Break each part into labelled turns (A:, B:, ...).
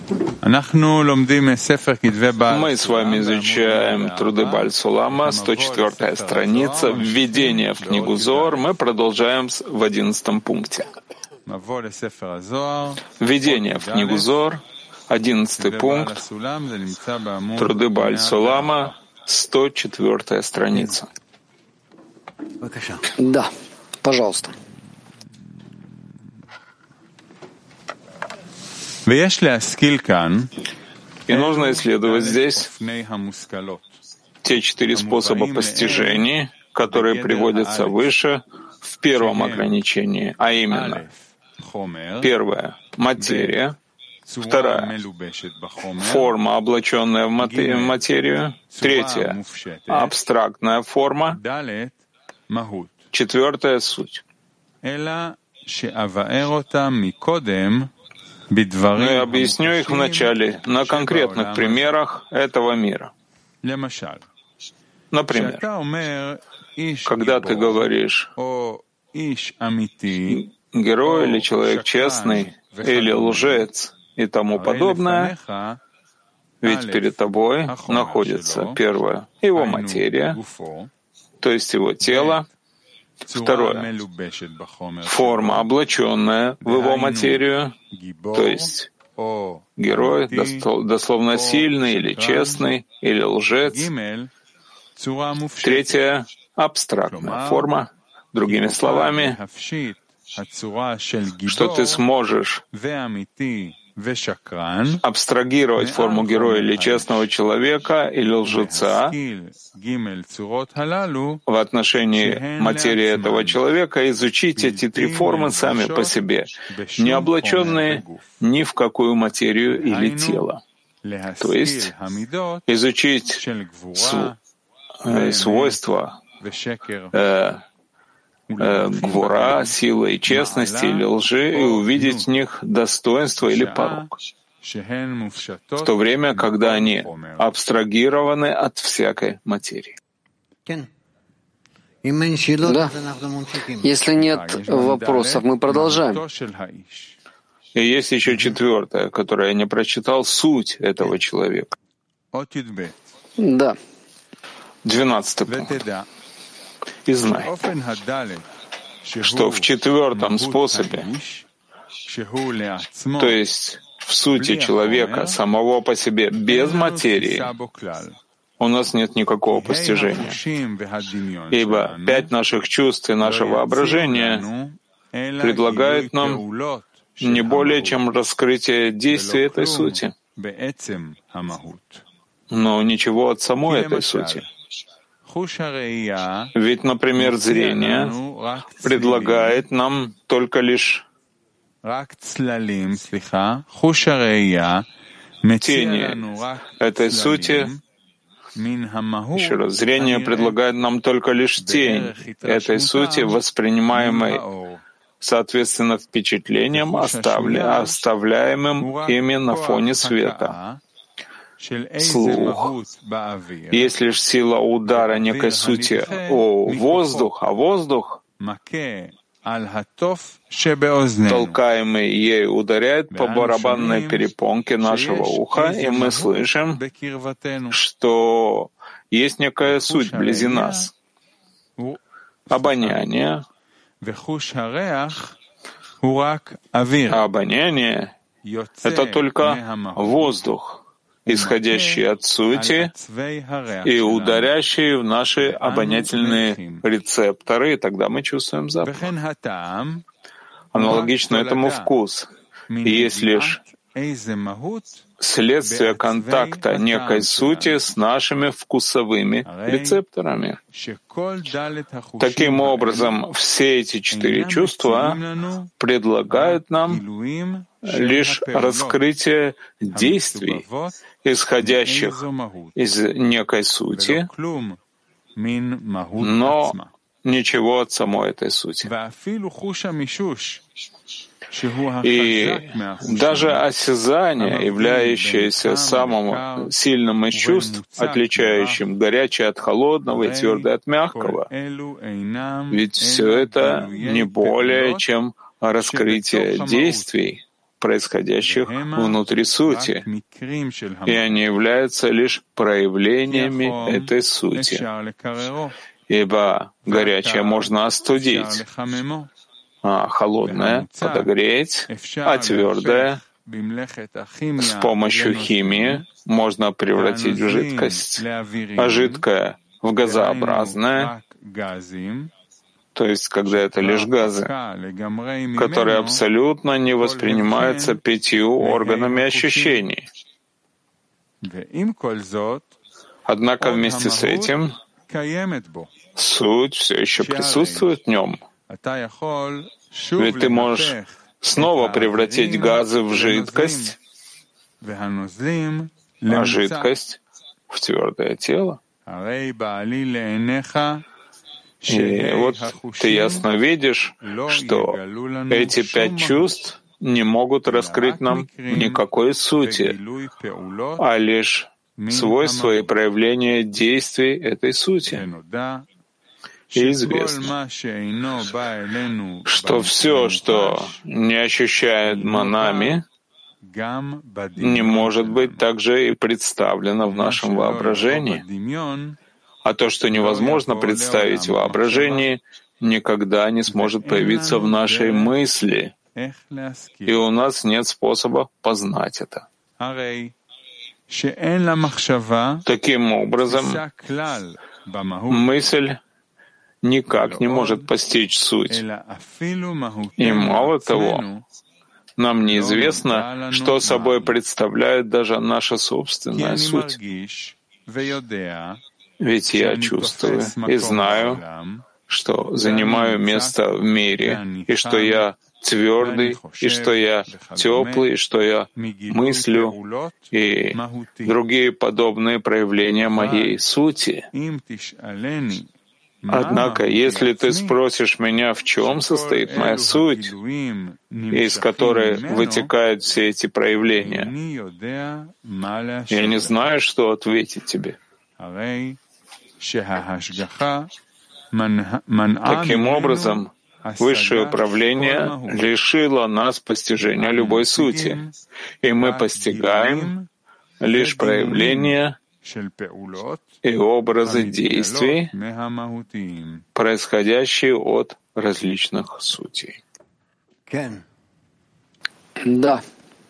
A: Мы с вами изучаем труды Бааль Сулама, 104-я страница, введение в книгу Зоар. Мы продолжаем в 11 пункте. Введение в книгу Зоар, 11 пункт, труды Бааль Сулама, 104-я страница.
B: Да, пожалуйста.
A: И нужно исследовать здесь те 4 способа постижений, которые приводятся выше в первом ограничении, а именно: первое — материя, вторая — форма, облаченная в материю, третья — абстрактная форма, четвертая — суть. Но я объясню их вначале на конкретных примерах этого мира. Например, когда ты говоришь «герой» или «человек честный» или «лжец» и тому подобное, ведь перед тобой находится, первое, его материя, то есть его тело, второе — форма, облаченная в его материю, то есть герой, дословно сильный или честный, или лжец. Третье — абстрактная форма, другими словами, что ты сможешь абстрагировать форму героя или честного человека или лжеца в отношении материи этого человека, изучить эти 3 формы сами по себе, не облаченные ни в какую материю или тело. То есть изучить свойства гвура, силы и честности или лжи и увидеть в них достоинство или порок, в то время, когда они абстрагированы от всякой материи.
B: Да. Если нет вопросов, мы продолжаем.
A: И есть еще 4, которое я не прочитал, суть этого человека.
B: Да.
A: 12 пункт. И знай, что в 4 способе, то есть в сути человека самого по себе без материи, у нас нет никакого постижения. Ибо 5 наших чувств и наше воображение предлагают нам не более чем раскрытие действия этой сути, но ничего от самой этой сути. Ведь, например, зрение предлагает нам только лишь тени этой сути. Еще раз, зрение предлагает нам только лишь тень этой сути, воспринимаемой соответственно впечатлениям, оставляемым ими на фоне света. Слух есть лишь сила удара некой сути о воздух, а воздух, толкаемый ею, ударяет по барабанной перепонке нашего уха, и мы слышим, что есть некая суть вблизи нас. Обоняние. А обоняние — это только воздух, исходящий от сути и ударяющий в наши обонятельные рецепторы, и тогда мы чувствуем запах. Аналогично этому вкус. И есть лишь следствие контакта некой сути с нашими вкусовыми рецепторами. Таким образом, все эти 4 чувства предлагают нам лишь раскрытие действий, исходящих из некой сути, но ничего от самой этой сути. И даже осязание, являющееся самым сильным из чувств, отличающим горячее от холодного и твердое от мягкого, ведь все это не более чем раскрытие действий, происходящих внутри сути, и они являются лишь проявлениями этой сути. Ибо горячее можно остудить, а холодное — подогреть, а твердое с помощью химии можно превратить в жидкость, а жидкое — в газообразное, то есть когда это лишь газы, которые абсолютно не воспринимаются 5 органами ощущений. Однако вместе с этим суть все еще присутствует в нем. Ведь ты можешь снова превратить газы в жидкость, а жидкость — в твердое тело. И вот ты ясно видишь, что эти 5 чувств не могут раскрыть нам никакой сути, а лишь свойства и проявления действий этой сути. И известно, что все, что не ощущает нами, не может быть также и представлено в нашем воображении. А то, что невозможно представить в воображении, никогда не сможет появиться в нашей мысли, и у нас нет способа познать это. Таким образом, мысль никак не может постичь суть. И мало того, нам неизвестно, что собой представляет даже наша собственная суть. Ведь я чувствую и знаю, что занимаю место в мире, и что я твердый, и что я теплый, и что я мыслю, и другие подобные проявления моей сути. Однако, если ты спросишь меня, в чем состоит моя суть, из которой вытекают все эти проявления, я не знаю, что ответить тебе. Таким образом, Высшее управление лишило нас постижения любой сути, и мы постигаем лишь проявления и образы действий, происходящие от различных сутей.
B: Да.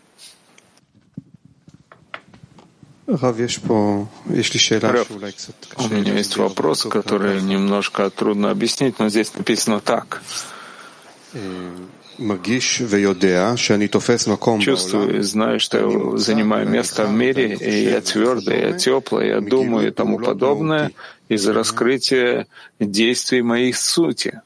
A: Рав, у меня есть вопрос, который немножко трудно объяснить, но здесь написано так. Чувствую и знаю, что я занимаю место в мире, и я твердый, я теплый, я думаю и тому подобное из-за раскрытия действий моей сути.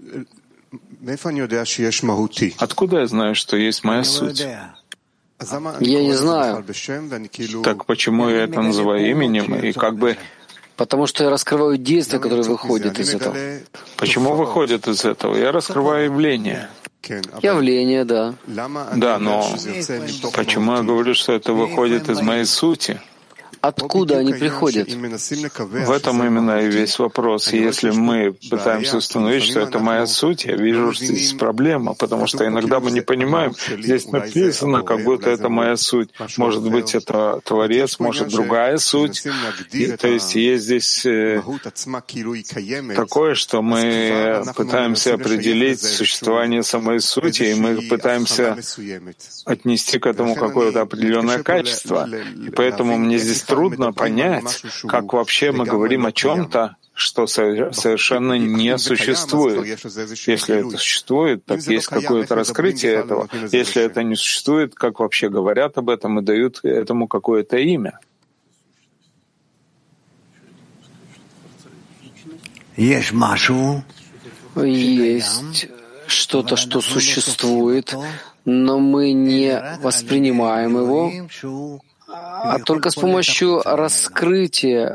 A: Откуда я знаю, что есть моя суть?
B: Я не знаю.
A: Так почему я это называю именем и как бы...
B: Потому что я раскрываю действия, которые выходят из этого.
A: Почему выходят из этого? Я раскрываю явление.
B: Явление, да.
A: Да, но почему я говорю, что это выходит из моей сути?
B: Откуда они приходят?
A: В этом именно и весь вопрос. И если мы пытаемся установить, что это моя суть, я вижу, что здесь проблема, потому что иногда мы не понимаем, здесь написано, как будто это моя суть. Может быть, это Творец, может, другая суть. То есть есть здесь такое, что мы пытаемся определить существование самой сути, и мы пытаемся отнести к этому какое-то определенное качество. И поэтому мне здесь трудно понять, как вообще мы говорим о чем-то, что совершенно не существует. Если это существует, так есть какое-то раскрытие этого. Если это не существует, как вообще говорят об этом и дают этому какое-то имя?
B: Есть что-то, что существует, но мы не воспринимаем его, а только с помощью раскрытия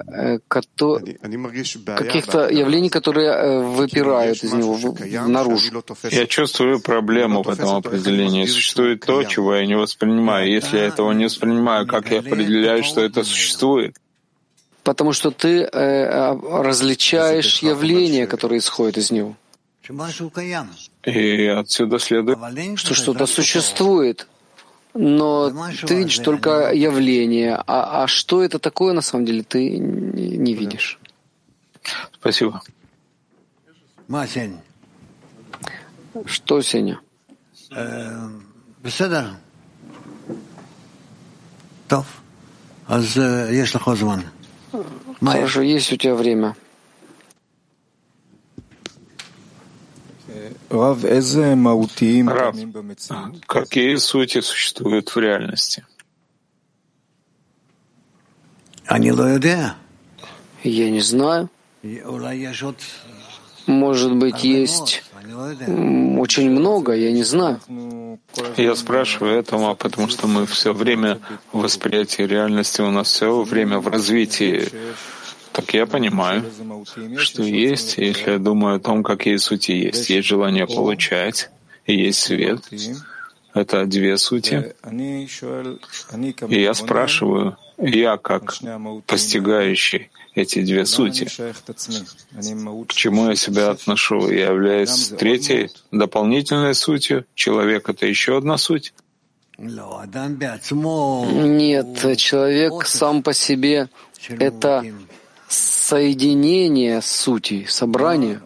B: каких-то явлений, которые выпирают из него наружу.
A: Я чувствую проблему в этом определении. Существует то, чего я не воспринимаю. Если я этого не воспринимаю, как я определяю, что это существует?
B: Потому что ты различаешь явления, которые исходят из него.
A: И отсюда следует,
B: что что-то существует, но ты видишь только явление. А что это такое на самом деле, ты не видишь.
A: Спасибо.
B: Что, Сеня? Хорошо, есть у тебя время.
A: Рав, какие сути существуют в реальности?
B: Я не знаю. Может быть, есть очень много, я не знаю.
A: Я спрашиваю этого, потому что мы все время в восприятии реальности, у нас все время в развитии. Так я понимаю, что есть, если я думаю о том, какие сути есть. Есть желание получать, и есть свет. Это две сути. И я спрашиваю, я как постигающий эти две сути, к чему я себя отношу? Я являюсь третьей, дополнительной сутью. Человек — это еще одна суть?
B: Нет, человек сам по себе — это соединение сути, собрание.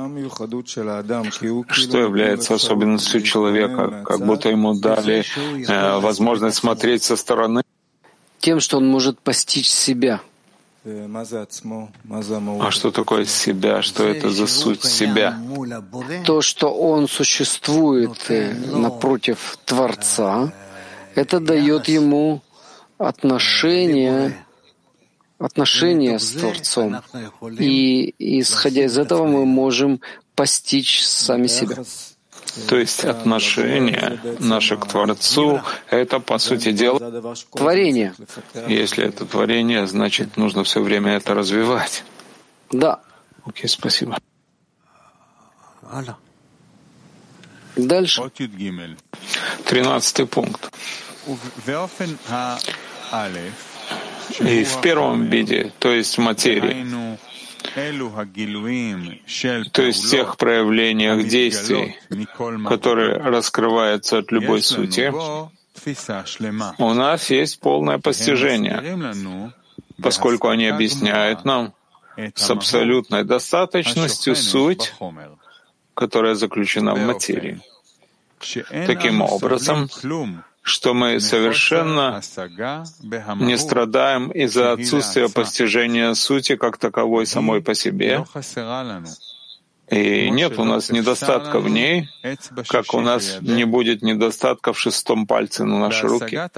A: Что является особенностью человека? Как будто ему дали возможность смотреть со стороны?
B: Тем, что он может постичь себя.
A: А что такое себя? Что это за суть себя?
B: То, что он существует напротив Творца, это дает ему отношение с Творцом. И, исходя из этого, мы можем постичь сами себя.
A: То есть отношение наше к Творцу — это, по сути дела,
B: творение.
A: Если это творение, значит, нужно все время это развивать.
B: Да.
A: Окей, спасибо.
B: Дальше.
A: 13 пункт. И в первом виде, то есть в материи, то есть в тех проявлениях действий, которые раскрываются от любой сути, у нас есть полное постижение, поскольку они объясняют нам с абсолютной достаточностью суть, которая заключена в материи. Таким образом, что мы совершенно не страдаем из-за отсутствия постижения сути как таковой самой по себе, и нет у нас недостатка в ней, как у нас не будет недостатка в шестом пальце на нашей руке.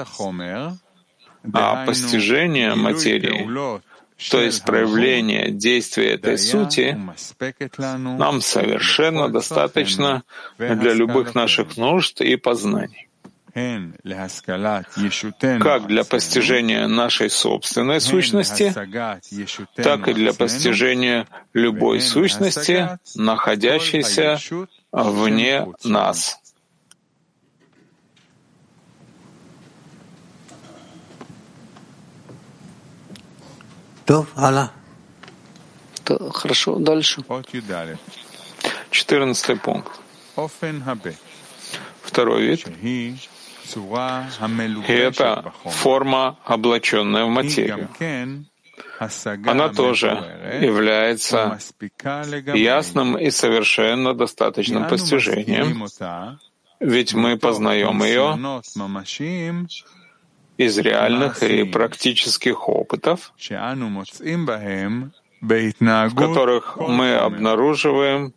A: А постижение материи, то есть проявление действия этой сути, нам совершенно достаточно для любых наших нужд и познаний. Как для постижения нашей собственной сущности, так и для постижения любой сущности, находящейся вне нас.
B: Хорошо, дальше.
A: 14 пункт. Второй вид. И это форма, облаченная в материю. Она тоже является ясным и совершенно достаточным постижением, ведь мы познаем ее из реальных и практических опытов, в которых мы обнаруживаем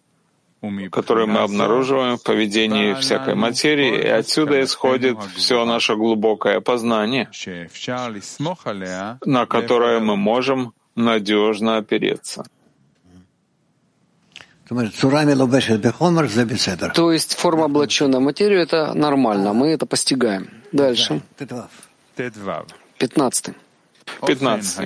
A: в поведении всякой материи, и отсюда исходит все наше глубокое познание, на которое мы можем надежно опереться.
B: То есть форма, облаченная в материю, это нормально, мы это постигаем. Дальше. 15.
A: 15.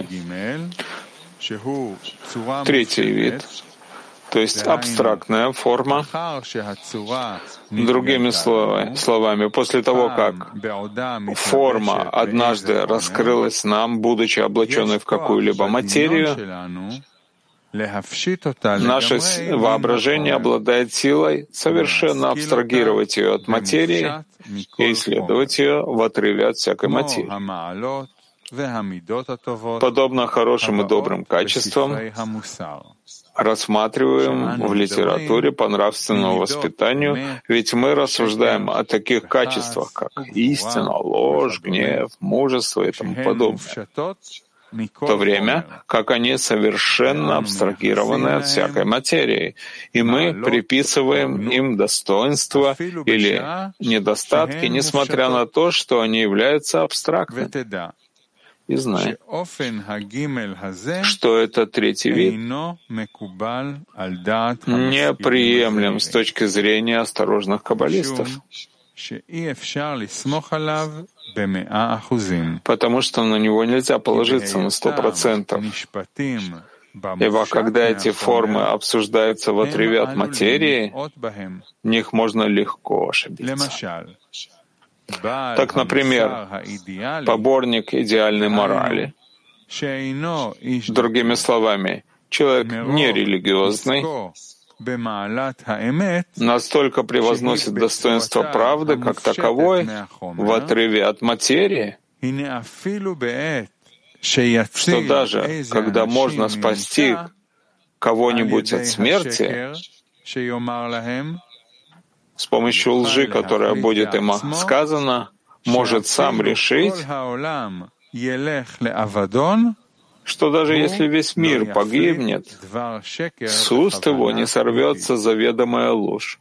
A: Третий вид. То есть абстрактная форма. Другими словами, после того, как форма однажды раскрылась нам, будучи облаченной в какую-либо материю, Наше воображение обладает силой совершенно абстрагировать ее от материи и исследовать ее в отрыве от всякой материи. Подобно хорошим и добрым качествам, рассматриваем в литературе по нравственному воспитанию, ведь мы рассуждаем о таких качествах, как истина, ложь, гнев, мужество и тому подобное, в то время как они совершенно абстрагированы от всякой материи, и мы приписываем им достоинства или недостатки, несмотря на то, что они являются абстрактными. И знай, что этот третий вид неприемлем с точки зрения осторожных каббалистов, потому что на него нельзя положиться на 100%. Ибо когда эти формы обсуждаются в отрыве от материи, в них можно легко ошибиться. Так, например, поборник идеальной морали, другими словами, человек нерелигиозный, настолько превозносит достоинство правды как таковой в отрыве от материи, что даже когда можно спасти кого-нибудь от смерти с помощью лжи, которая будет им сказана, может сам решить, что даже если весь мир погибнет, с уст его не сорвется заведомая ложь.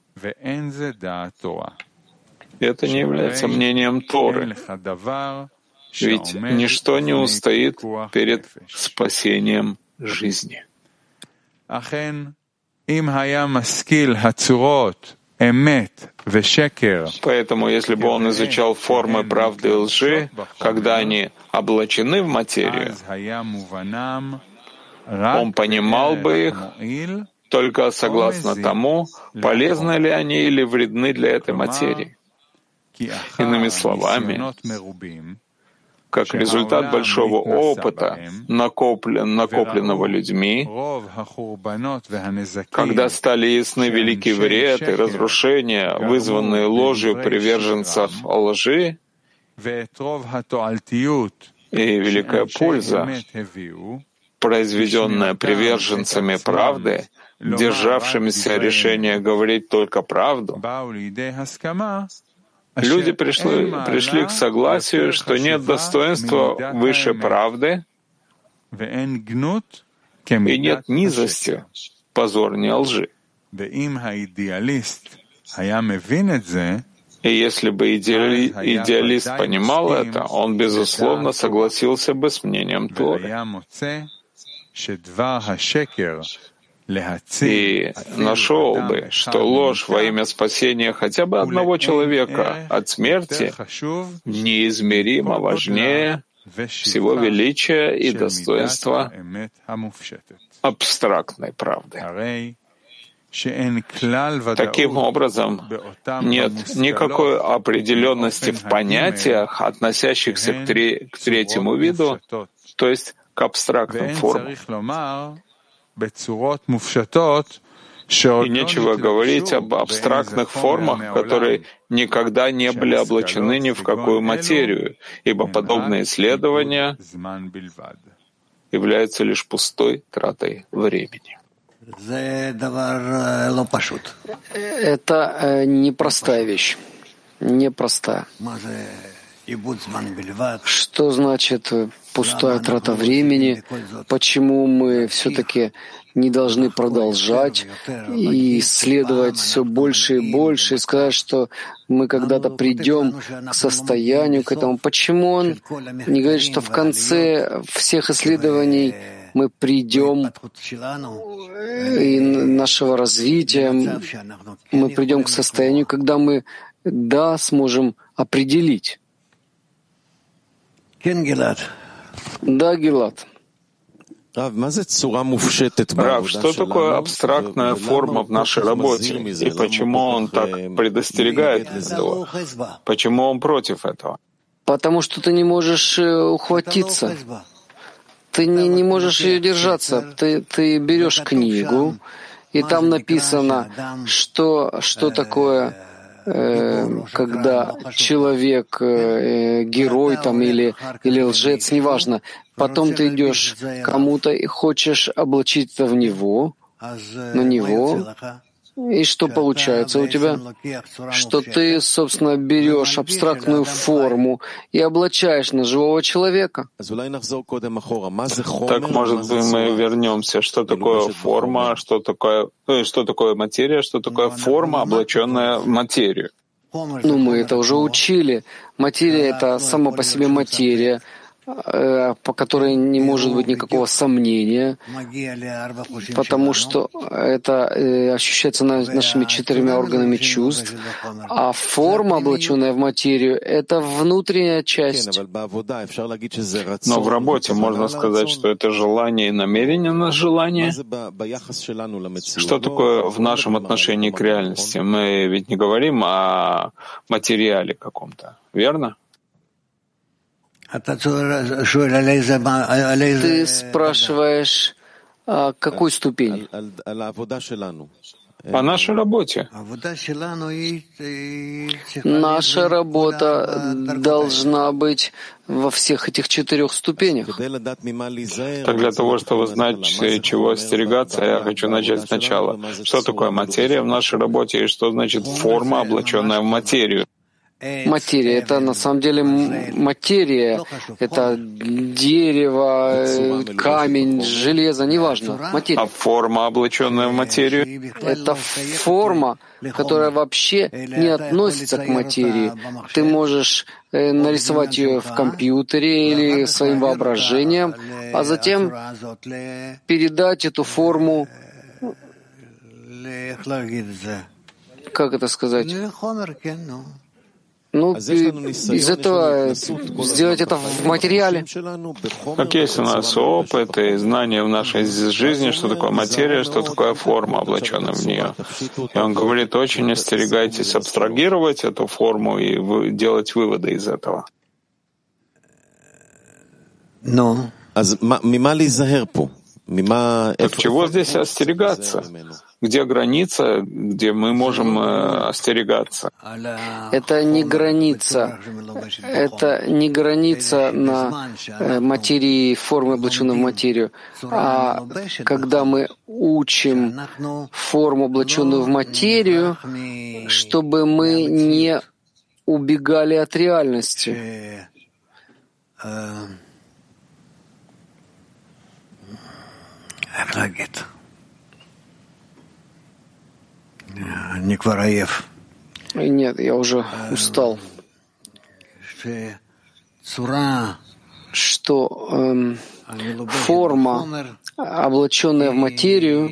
A: Это не является мнением Торы, ведь ничто не устоит перед спасением жизни. Поэтому, если бы он изучал формы правды и лжи, когда они облачены в материю, он понимал бы их только согласно тому, полезны ли они или вредны для этой материи. Иными словами, как результат большого опыта, накопленного людьми, когда стали ясны великий вред и разрушения, вызванные ложью приверженцев лжи, и великая польза, произведенная приверженцами правды, державшимися решения говорить только правду, люди пришли к согласию, что нет достоинства выше правды и нет низости, позорнее лжи. И если бы идеалист понимал это, он, безусловно, согласился бы с мнением Торы. И нашел бы, что ложь во имя спасения хотя бы одного человека от смерти неизмеримо важнее всего величия и достоинства абстрактной правды. Таким образом, нет никакой определенности в понятиях, относящихся к третьему виду, то есть к абстрактным формам. И нечего говорить об абстрактных формах, которые никогда не были облачены ни в какую материю, ибо подобные исследования являются лишь пустой тратой времени.
B: Это непростая вещь. Непростая. Что значит пустая трата времени? Почему мы все-таки не должны продолжать и исследовать все больше и больше, и сказать, что мы когда-то придем к состоянию, к этому? Почему он не говорит, что в конце всех исследований мы придем и нашего развития, мы придем к состоянию, когда мы, сможем определить? Да, Гилад.
A: Рав, что такое абстрактная форма в нашей работе? И почему он так предостерегает этого? Почему он против этого?
B: Потому что ты не можешь ухватиться. ты не можешь ее держаться. Ты берешь книгу, и там написано, что такое, когда человек герой там или лжец, неважно. Потом ты идешь к кому-то и хочешь облачить это на него. И что получается у тебя? Что ты, собственно, берешь абстрактную форму и облачаешь на живого человека.
A: Так, может быть, мы вернемся. Что такое форма, что такое материя, что такое форма, облаченная в материю?
B: Ну, мы это уже учили. Материя — это сама по себе материя, по которой не может быть никакого сомнения, потому что это ощущается нашими 4 органами чувств, а форма, облаченная в материю, — это внутренняя часть.
A: Но в работе можно сказать, что это желание и намерение на желание. Что такое в нашем отношении к реальности? Мы ведь не говорим о материале каком-то, верно?
B: Ты спрашиваешь, о какой ступени?
A: О нашей работе.
B: Наша работа должна быть во всех этих 4 ступенях.
A: Так для того, чтобы знать, чего остерегаться, я хочу начать сначала. Что такое материя в нашей работе и что значит форма, облаченная в материю?
B: Материя — это на самом деле материя, это дерево, камень, железо, неважно. Материя.
A: А форма, облаченная в материю?
B: Это форма, которая вообще не относится к материи. Ты можешь нарисовать ее в компьютере или своим воображением, а затем передать эту форму, как это сказать? Ну, из этого сделать это в материале.
A: Как есть у нас опыт и знания в нашей жизни, что такое материя, что такое форма, облаченная в нее. И он говорит, очень остерегайтесь абстрагировать эту форму и делать выводы из этого. Так чего здесь остерегаться? Где граница, где мы можем остерегаться?
B: Это не граница. Это не граница на материи, формы, облаченной в материю. А когда мы учим форму, облаченную в материю, чтобы мы не убегали от реальности. Нет, я уже устал. Что форма, облаченная в материю,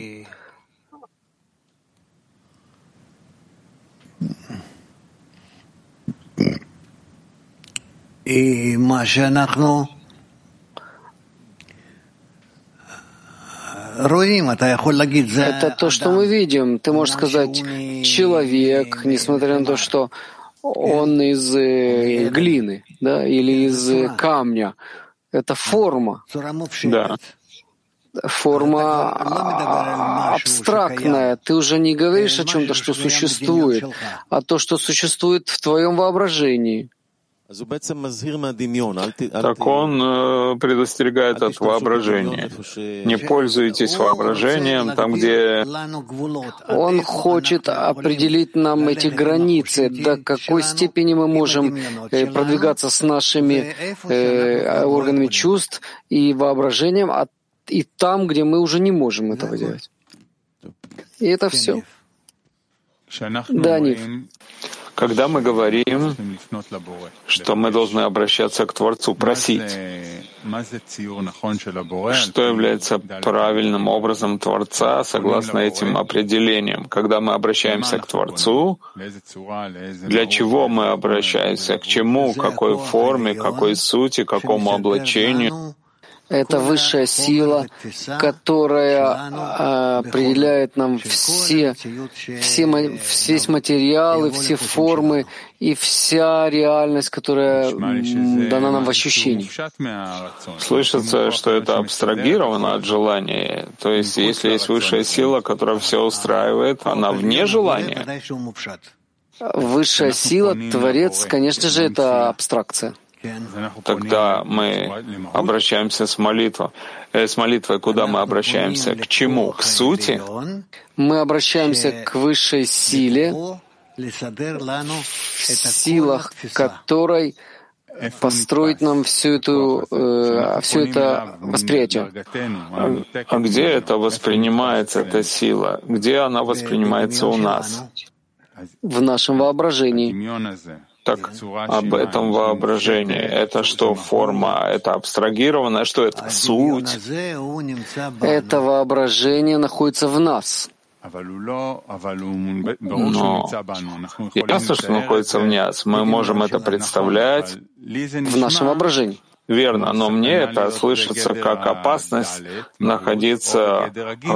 B: это то, что мы видим. Ты можешь сказать, человек, несмотря на то, что он из глины, да, или из камня. Это форма.
A: Да.
B: Форма абстрактная. Ты уже не говоришь о чем-то, что существует, а то, что существует в твоем воображении.
A: Так он предостерегает от воображения. Не пользуйтесь воображением там, где...
B: Он хочет определить нам эти границы, до какой степени мы можем продвигаться с нашими органами чувств и воображением, и там, где мы уже не можем этого делать. И это все. Да, Нив.
A: Когда мы говорим, что мы должны обращаться к Творцу, просить, что является правильным образом Творца согласно этим определениям? Когда мы обращаемся к Творцу, для чего мы обращаемся, к чему, какой форме, какой сути, какому облачению?
B: Это высшая сила, которая определяет нам весь материал, и все формы, и вся реальность, которая дана нам в ощущении.
A: Слышится, что это абстрагировано от желания. То есть, если есть высшая сила, которая все устраивает, она вне желания.
B: Высшая сила, Творец, конечно же, это абстракция.
A: Тогда мы обращаемся с молитвой. Куда мы обращаемся? К чему? К сути?
B: Мы обращаемся к высшей силе, в силах которой построить нам все это восприятие.
A: А где это воспринимается, эта сила? Где она воспринимается у нас?
B: В нашем воображении.
A: Так об этом воображении. Это что, форма? Это абстрагированное? Что это? Суть?
B: Это воображение находится в нас.
A: Но ясно, что находится в нас. Мы можем это представлять
B: в нашем воображении.
A: Верно, но мне это слышится как опасность находиться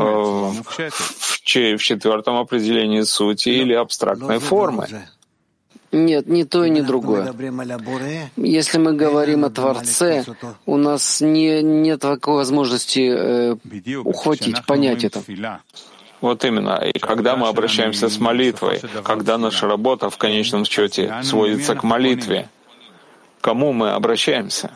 A: в четвертом определении сути или абстрактной формы.
B: Нет, ни то и ни другое. Если мы говорим о Творце, у нас нет такой возможности ухватить, понять это.
A: Вот именно. И когда мы обращаемся с молитвой, когда наша работа в конечном счете сводится к молитве, к кому мы обращаемся?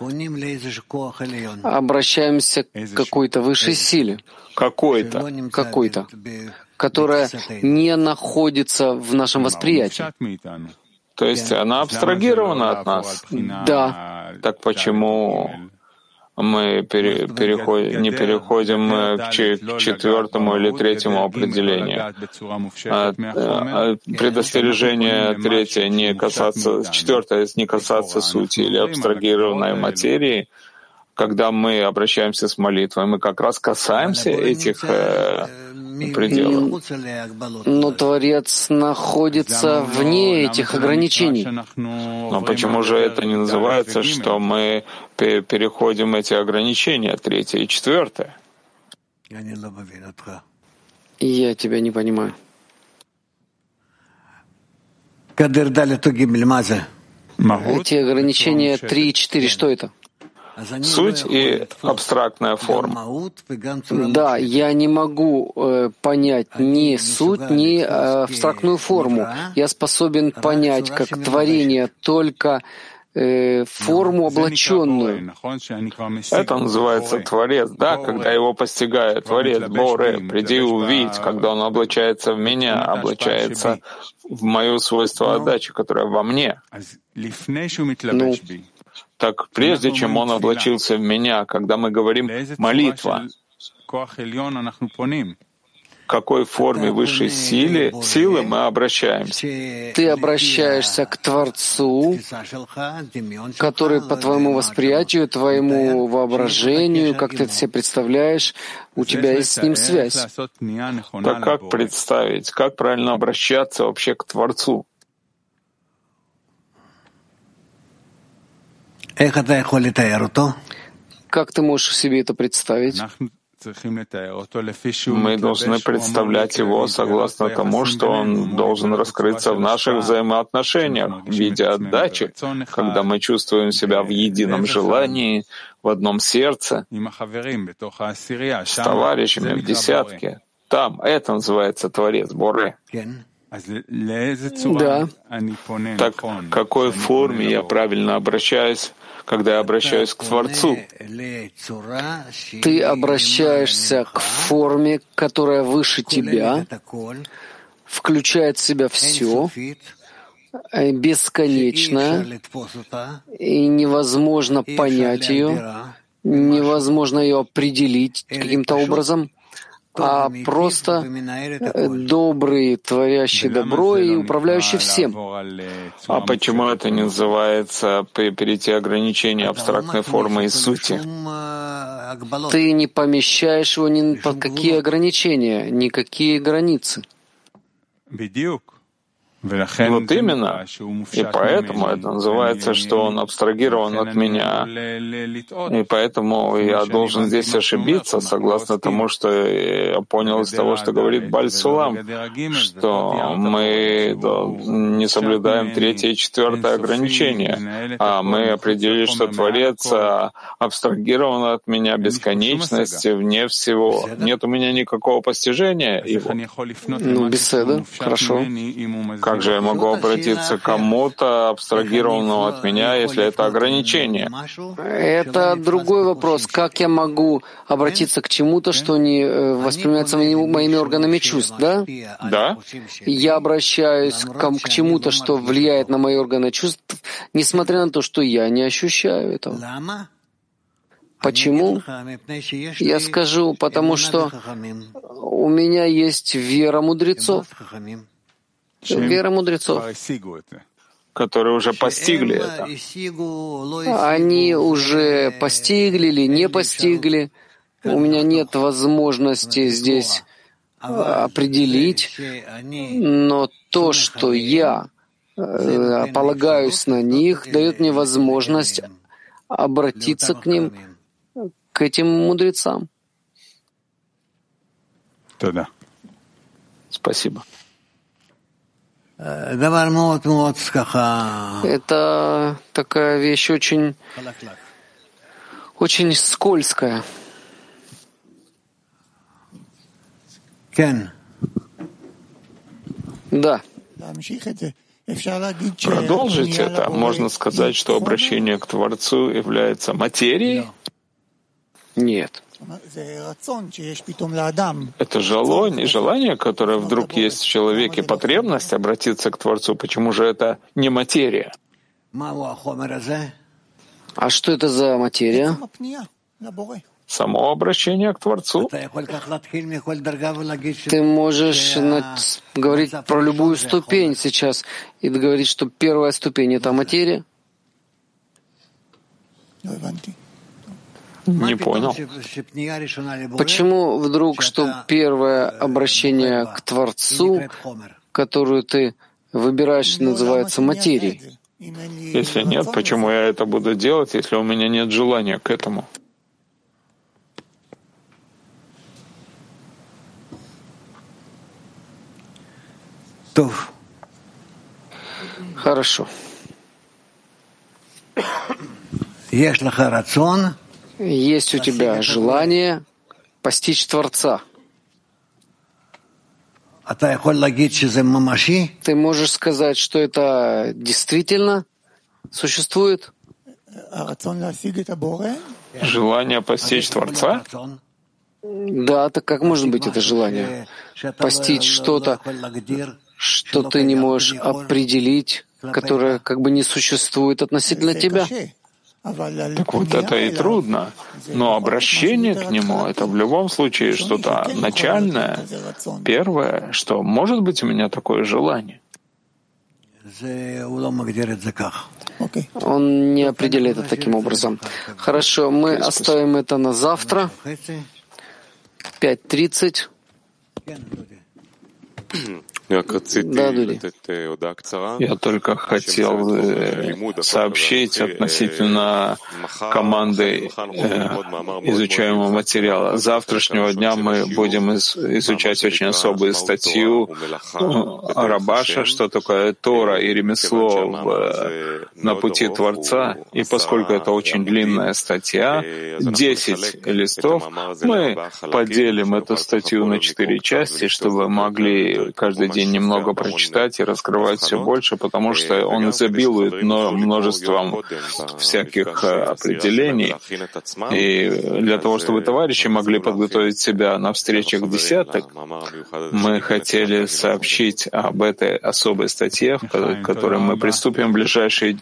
B: Обращаемся к какой-то высшей силе.
A: Какой-то,
B: которая не находится в нашем восприятии.
A: То есть она абстрагирована от нас?
B: Да.
A: Так почему мы не переходим к четвертому или третьему определению? Предостережение третье четвертое не касаться сути или абстрагированной материи. Когда мы обращаемся с молитвой, мы как раз касаемся этих пределов.
B: Но Творец находится вне этих ограничений.
A: Но почему же это не называется, что мы переходим эти ограничения, третье и четвертое?
B: Я тебя не понимаю. Эти ограничения 3 и 4, что это?
A: Суть и абстрактная форма.
B: Да, я не могу понять ни суть, ни абстрактную форму. Я способен понять как творение только форму облаченную.
A: Это называется Творец, да, когда его постигает Творец, Боре, приди увидеть, когда он облачается в меня, облачается в мое свойство отдачи, которое во мне.
B: Ну,
A: Так прежде чем он облачился в меня, когда мы говорим «молитва», к какой форме высшей силы мы обращаемся?
B: ты обращаешься к Творцу, который по твоему восприятию, твоему воображению, как ты это себе представляешь, у тебя есть с ним связь.
A: Так как представить, как правильно обращаться вообще к Творцу?
B: Как ты можешь себе это представить?
A: Мы должны представлять его согласно тому, что он должен раскрыться в наших взаимоотношениях в виде отдачи, когда мы чувствуем себя в едином желании, в одном сердце, с товарищами в десятке. Там это называется Творец, Боре.
B: Да.
A: Так к какой форме я правильно обращаюсь, когда я обращаюсь к Творцу?
B: Ты обращаешься к форме, которая выше тебя, включает в себя все, бесконечная, и невозможно понять ее, невозможно ее определить каким-то образом, а просто добрый, творящий добро и управляющий всем.
A: А почему это не называется перейти ограничения абстрактной формы и сути?
B: Ты не помещаешь его ни под какие ограничения, никакие границы.
A: Вот именно. И поэтому это называется, что он абстрагирован от меня. И поэтому я должен здесь ошибиться, согласно тому, что я понял из того, что говорит Баль Сулам, что мы не соблюдаем третье и четвертое ограничение, а мы определили, что Творец абстрагирован от меня, бесконечности, вне всего. Нет у меня никакого постижения его.
B: Ну, беседа, хорошо.
A: Как же я могу обратиться к кому-то, абстрагированному от меня, если это ограничение?
B: Это другой вопрос. Как я могу обратиться к чему-то, что не воспринимается моими органами чувств, да?
A: Да.
B: Я обращаюсь к чему-то, что влияет на мои органы чувств, несмотря на то, что я не ощущаю этого. Почему? Я скажу, потому что у меня есть вера мудрецов. Вера мудрецов,
A: которые уже постигли это.
B: Они уже постигли или не постигли. У меня нет возможности здесь определить, но то, что я полагаюсь на них, дает мне возможность обратиться к ним, к этим мудрецам.
A: Да. Спасибо.
B: Это такая вещь очень скользкая. Да.
A: Продолжить это. Можно сказать, что обращение к Творцу является материей?
B: Нет.
A: Это желание, которое вдруг есть в человеке, потребность обратиться к Творцу. Почему же это не материя?
B: А что это за материя?
A: Само обращение к Творцу.
B: Ты можешь говорить про любую ступень сейчас и говорить, что первая ступень — это материя?
A: Не понял.
B: Почему вдруг, что первое обращение к Творцу, которую ты выбираешь, называется материей?
A: Если нет, почему я это буду делать, если у меня нет желания к этому?
B: Хорошо. Есть у тебя желание постичь Творца. Ты можешь сказать, что это действительно существует?
A: Желание постичь Творца?
B: Да, так как может быть это желание? Постичь что-то, что ты не можешь определить, которое как бы не существует относительно тебя.
A: Так вот это и трудно. Но обращение к нему — это в любом случае что-то начальное, первое, что может быть у меня такое желание.
B: Он не определяет это таким образом. Хорошо, мы оставим это на завтра. 5:30.
A: Да, Дуди. Я только хотел сообщить относительно команды изучаемого материала. С завтрашнего дня мы будем изучать очень особую статью Рабаша, что такое Тора и ремесло на пути Творца. И поскольку это очень длинная статья, 10 листов, мы поделим эту статью на 4 части, чтобы могли каждый день немного прочитать и раскрывать все больше, потому что он изобилует множеством всяких определений. И для того, чтобы товарищи могли подготовить себя на встречах десяток, мы хотели сообщить об этой особой статье, к которой мы приступим в ближайшие дни.